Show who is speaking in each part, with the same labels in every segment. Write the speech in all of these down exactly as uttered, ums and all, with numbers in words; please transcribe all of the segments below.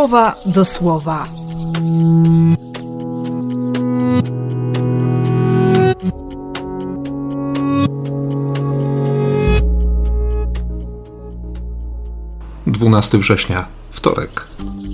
Speaker 1: słowa do słowa.
Speaker 2: dwunastego września, wtorek.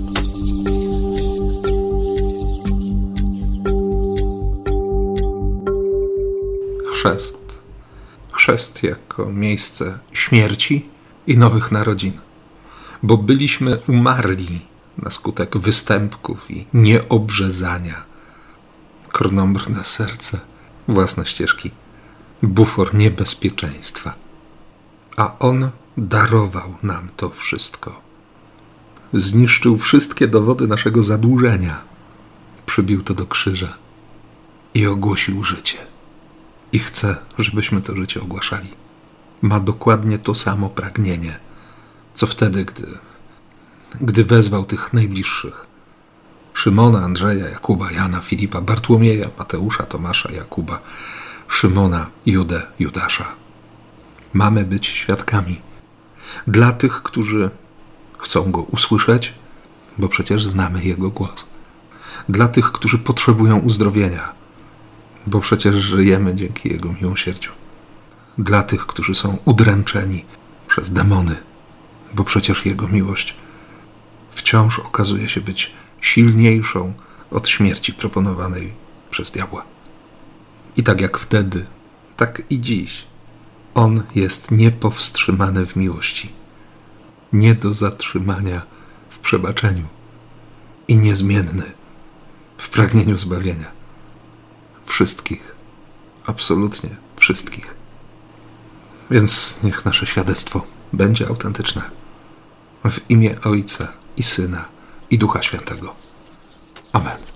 Speaker 2: Chrzest. Chrzest jako miejsce śmierci i nowych narodzin. Bo byliśmy umarli na skutek występków i nieobrzezania. Krnąbrne serce, własne ścieżki, bufor niebezpieczeństwa. A On darował nam to wszystko. Zniszczył wszystkie dowody naszego zadłużenia. Przybił to do krzyża i ogłosił życie. I chce, żebyśmy to życie ogłaszali. Ma dokładnie to samo pragnienie, co wtedy, gdy, gdy wezwał tych najbliższych. Szymona, Andrzeja, Jakuba, Jana, Filipa, Bartłomieja, Mateusza, Tomasza, Jakuba, Szymona, Judę, Judasza. Mamy być świadkami dla tych, którzy chcą Go usłyszeć, bo przecież znamy Jego głos. Dla tych, którzy potrzebują uzdrowienia, bo przecież żyjemy dzięki Jego miłosierdziu. Dla tych, którzy są udręczeni przez demony, bo przecież Jego miłość wciąż okazuje się być silniejszą od śmierci proponowanej przez diabła. I tak jak wtedy, tak i dziś On jest niepowstrzymany w miłości, nie do zatrzymania w przebaczeniu i niezmienny w pragnieniu zbawienia. Wszystkich, absolutnie wszystkich. Więc niech nasze świadectwo będzie autentyczne. W imię Ojca i Syna i Ducha Świętego. Amen.